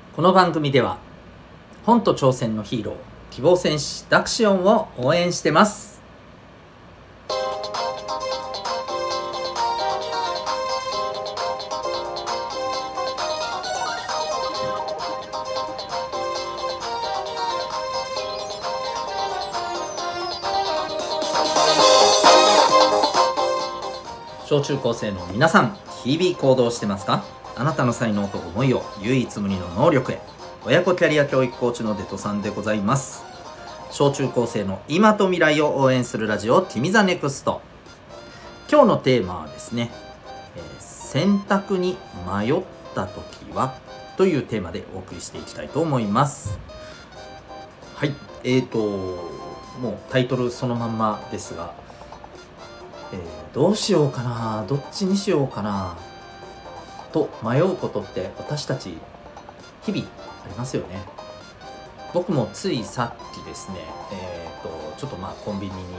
この番組では本と挑戦のヒーロー希望戦士ダクシオンを応援してます。小中高生の皆さん、日々行動してますか？あなたの才能と思いを唯一無二の能力へ。親子キャリア教育コーチのデトさんでございます。小中高生の今と未来を応援するラジオティミザネクスト。今日のテーマはですね、選択に迷った時はというテーマでお送りしていきたいと思います。はい、もうタイトルそのまんまですが、どうしようかな、どっちにしようかなと迷うことって私たち日々ありますよね。僕もついさっきですね、ちょっとコンビニに行って、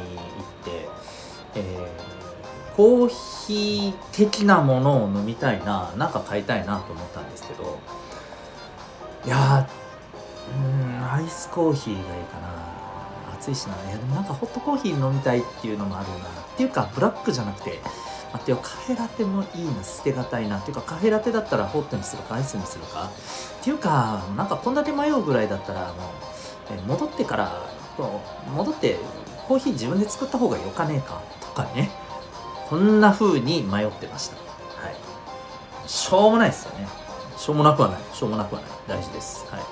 コーヒー的なものを飲みたいな、なんか買いたいなと思ったんですけど、いやアイスコーヒーがいいかな。暑いしな。でもなんかホットコーヒー飲みたいっていうのもあるな。っていうかブラックじゃなくて、待ってよ、カフェラテもいいな、捨てがたいな。っていうかカフェラテだったらホットにするかアイスにするか。っていうかなんかこんだけ迷うぐらいだったらもう戻ってコーヒー自分で作った方がよかねえかとかね。こんな風に迷ってました。はい。しょうもないですよね。しょうもなくはない。大事です。はい。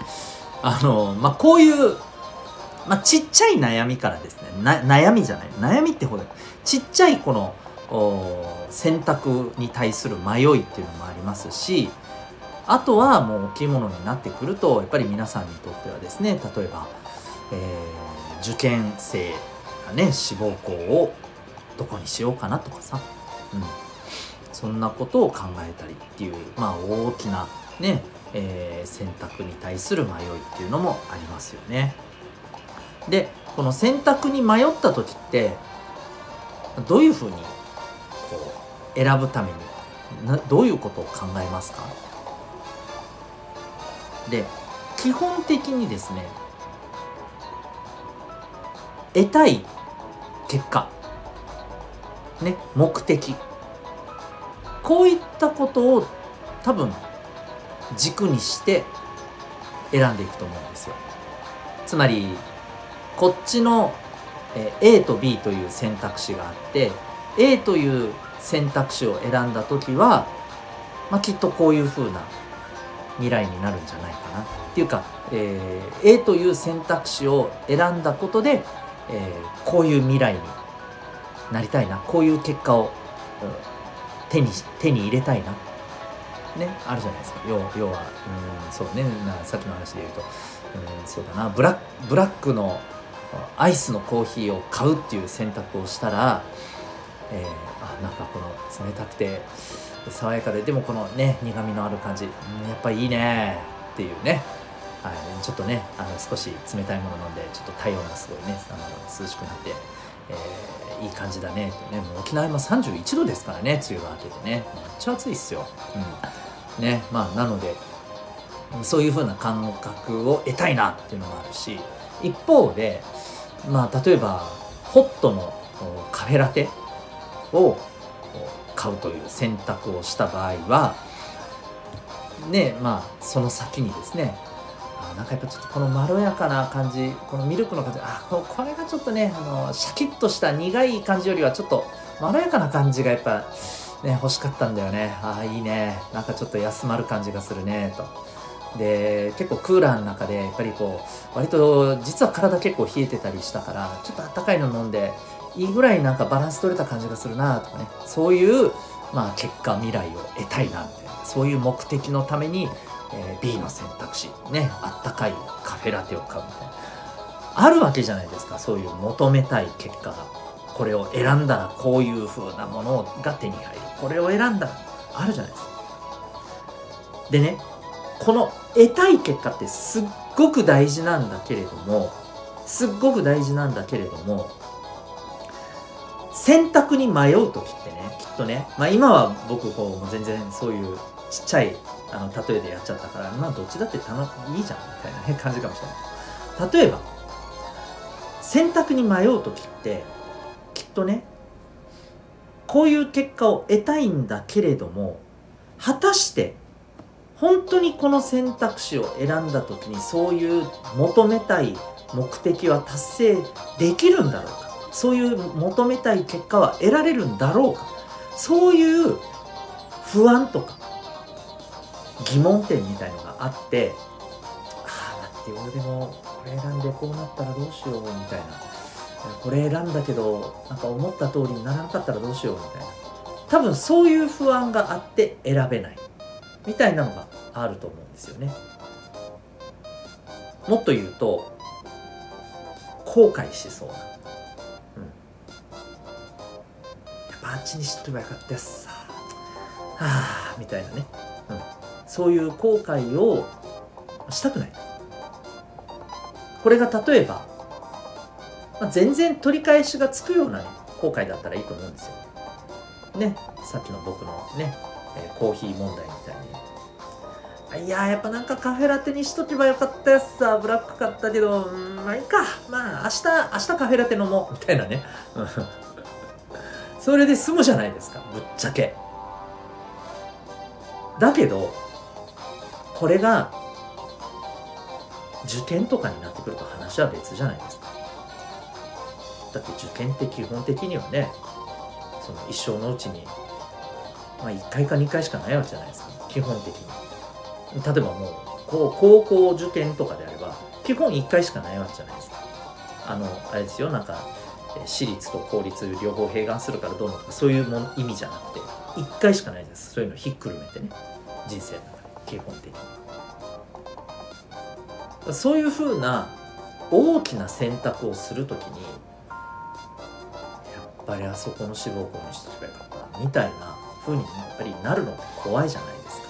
こういうちっちゃい悩みからですね、悩みってほどちっちゃいこの選択に対する迷いっていうのもありますし、あとはもう大きいものになってくるとやっぱり皆さんにとってはですね、例えば、受験生がね、志望校をどこにしようかなとかさ、そんなことを考えたりっていう、大きなね、選択に対する迷いっていうのもありますよね。で、この選択に迷った時ってどういうふうにこう選ぶためにどういうことを考えますか？で、基本的にですね、得たい結果ね、目的、こういったことを多分軸にして選んでいくと思うんですよ。つまりこっちの A と B という選択肢があって、 A という選択肢を選んだ時は、きっとこういう風な未来になるんじゃないかなっていうか、A という選択肢を選んだことで、こういう未来になりたいな、こういう結果を手に入れたいなね、あるじゃないですか。要はそうね、さっきの話で言うと、そうだな、ブラックのアイスのコーヒーを買うっていう選択をしたら、なんかこの冷たくて爽やかで、でもこのね苦味のある感じ、やっぱりいいねっていうね、はい、ちょっとね少し冷たいもの飲んでちょっと体温がすごいね涼しくなって、いい感じだねってね。もう沖縄今31度ですからね、梅雨が明けてね、めっちゃ暑いっすよ。ね、なのでそういう風な感覚を得たいなっていうのもあるし、一方で例えばホットのカフェラテを買うという選択をした場合はね、その先にですね、なんかやっぱちょっとこのまろやかな感じ、このミルクの感じ、これがちょっとね、シャキッとした苦い感じよりはちょっとまろやかな感じがやっぱね欲しかったんだよね。いいね、なんかちょっと休まる感じがするねと。で、結構クーラーの中でやっぱりこう割と実は体結構冷えてたりしたから、ちょっとあったかいの飲んでいいぐらいなんかバランス取れた感じがするなとかね、そういう結果未来を得たいなみたいな、そういう目的のために、B の選択肢ね、あったかいカフェラテを買うみたいな、あるわけじゃないですか。そういう求めたい結果が、これを選んだらこういう風なものが手に入る、これを選んだらあるじゃないですか。でね、この得たい結果ってすっごく大事なんだけれども、選択に迷う時ってね、きっとね、今は僕もう全然そういうちっちゃい例えでやっちゃったから、まあどっちだっていいじゃんみたいな、ね、感じかもしれない。例えば選択に迷う時ってきっとね、こういう結果を得たいんだけれども、果たして本当にこの選択肢を選んだ時にそういう求めたい目的は達成できるんだろうか、そういう求めたい結果は得られるんだろうか、そういう不安とか疑問点みたいのがあって、待って俺でもこれ選んでこうなったらどうしようみたいな、これ選んだけどなんか思った通りにならなかったらどうしようみたいな、多分そういう不安があって選べないみたいなのがあると思うんですよね。もっと言うと後悔しそうな、やっぱあっちにしとけばよかったやつさみたいなね、そういう後悔をしたくない。これが例えば、全然取り返しがつくような、ね、後悔だったらいいと思うんですよね。さっきの僕のね、コーヒー問題みたいに、やっぱなんかカフェラテにしとけばよかったやつさ、ブラック買ったけどまあいいか、まあ明日カフェラテ飲もうみたいなねそれで済むじゃないですか、ぶっちゃけ。だけどこれが受験とかになってくると話は別じゃないですか。だって受験って基本的にはね、その一生のうちに1回か2回しかないわけじゃないですか、基本的に。例えばもう高校受験とかであれば基本1回しかないわけじゃないですか。あれですよ、なんか私立と公立両方併願するからどうのとかそういう意味じゃなくて1回しかないです。そういうのひっくるめてね、人生の中で基本的に。そういうふうな大きな選択をするときにやっぱりあそこの志望校にしとけばよかったみたいなふうにやっぱりなるのが怖いじゃないですか。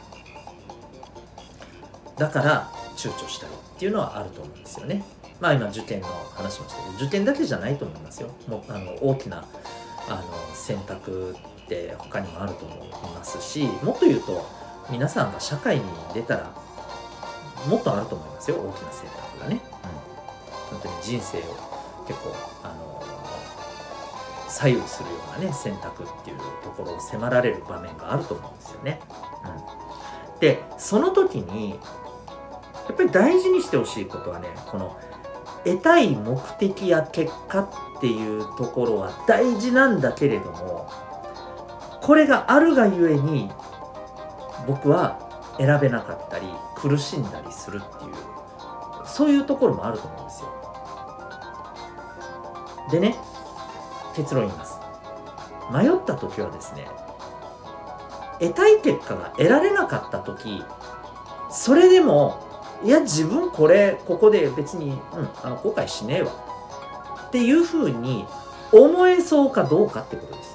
だから躊躇したりっていうのはあると思うんですよね。今受験の話しましたけど、受験だけじゃないと思いますよ。もう大きな選択って他にもあると思いますし、もっと言うと皆さんが社会に出たらもっとあると思いますよ、大きな選択がね。本当に人生を結構左右するようなね選択っていうところを迫られる場面があると思うんですよね。でその時にやっぱり大事にしてほしいことはね、この得たい目的や結果っていうところは大事なんだけれども、これがあるがゆえに僕は選べなかったり苦しんだりするっていう、そういうところもあると思うんですよ。でね、結論言います。迷った時はですね、得たい結果が得られなかった時、それでも自分ここで別に、後悔しねえわっていうふうに思えそうかどうかってことです。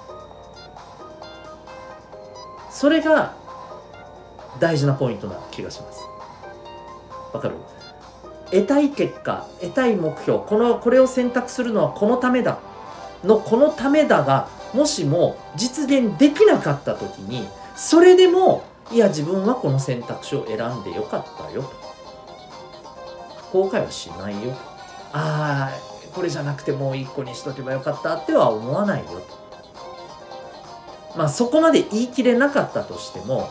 それが大事なポイントな気がします。わかる？得たい結果、得たい目標、これを選択するのはこのためだがもしも実現できなかった時に、それでも自分はこの選択肢を選んでよかったよと、後悔はしないよと、これじゃなくてもう一個にしとけばよかったっては思わないよと。そこまで言い切れなかったとしても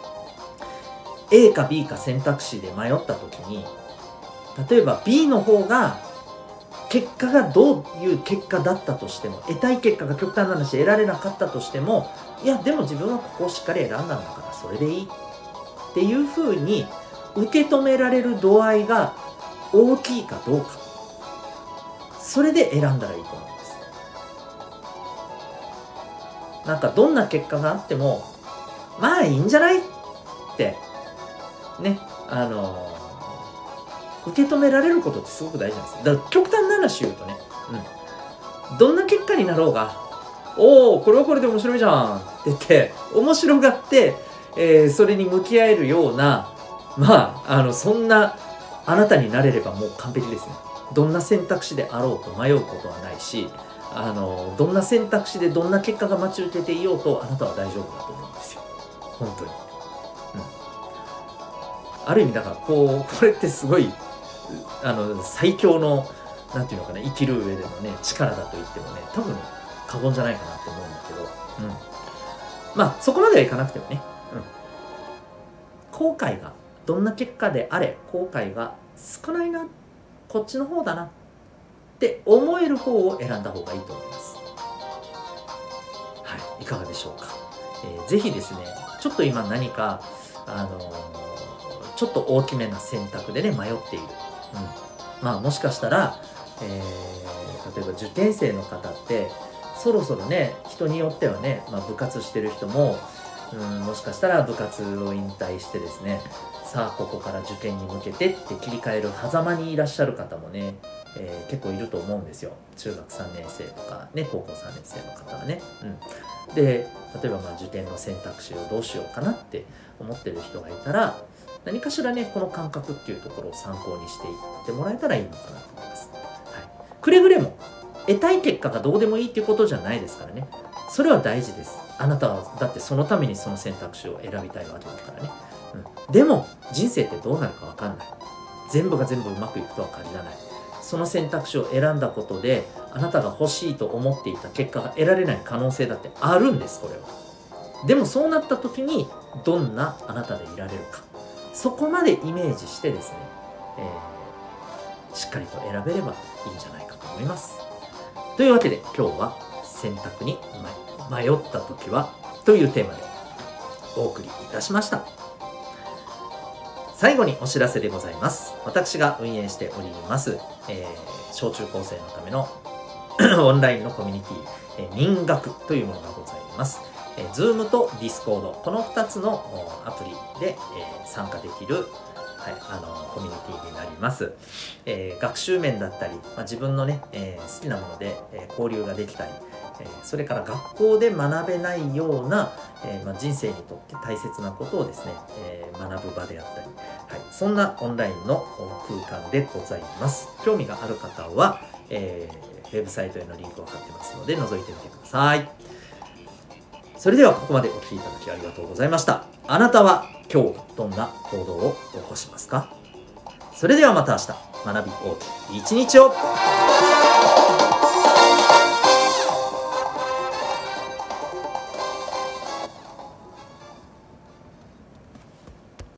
A か B か選択肢で迷った時に、例えば B の方が結果がどういう結果だったとしても、得たい結果が極端な話得られなかったとしても、でも自分はここをしっかり選んだんだからそれでいいっていうふうに受け止められる度合いが大きいかどうか、それで選んだらいいと思うんです。なんかどんな結果があってもいいんじゃないってね、受け止められることってすごく大事なんです。だから極端な話言うとね、どんな結果になろうが、これはこれで面白いじゃんって言って面白がって、それに向き合えるようなそんなあなたになれればもう完璧ですね。どんな選択肢であろうと迷うことはないし、どんな選択肢でどんな結果が待ち受けていようとあなたは大丈夫だと思うんですよ、本当に。 ある意味だからこれってすごい最強のなんていうのかな、生きる上でのね力だと言ってもね多分過言じゃないかなって思うんだけど、まあそこまではいかなくてもね、後悔がどんな結果であれ後悔が少ないな、こっちの方だなって思える方を選んだ方がいいと思います。はい、いかがでしょうか。ぜひですね、ちょっと今何かちょっと大きめな選択でね迷っている、まあもしかしたら、例えば受験生の方ってそろそろね、人によってはね、部活してる人ももしかしたら部活を引退してですね、さあここから受験に向けてって切り替える狭間にいらっしゃる方もね、結構いると思うんですよ。中学3年生とかね、高校3年生の方はね、で例えば受験の選択肢をどうしようかなって思ってる人がいたら、何かしらねこの感覚っていうところを参考にしていってもらえたらいいのかなと思います。くれぐれも得たい結果がどうでもいいっていうことじゃないですからね。それは大事です。あなたはだってそのためにその選択肢を選びたいわけですからね。でも人生ってどうなるか分かんない。全部が全部うまくいくとは限らない。その選択肢を選んだことであなたが欲しいと思っていた結果が得られない可能性だってあるんです、これは。でもそうなった時にどんなあなたでいられるか、そこまでイメージしてですね、しっかりと選べればいいんじゃないかと思います。というわけで今日は選択に迷った時はというテーマでお送りいたしました。最後にお知らせでございます。私が運営しております、小中高生のためのオンラインのコミュニティ、民学というものがございます。Zoom と Discord、 この2つのアプリで、参加できる、コミュニティになります。学習面だったり、自分のね、好きなもので、交流ができたり、それから学校で学べないような、人生にとって大切なことをですね、学ぶ場であったり、そんなオンラインの空間でございます。興味がある方は、ウェブサイトへのリンクを貼ってますので覗いてみてください。それではここまでお聞きいただきありがとうございました。あなたは今日どんな行動を起こしますか？それではまた明日、学び大きい一日を。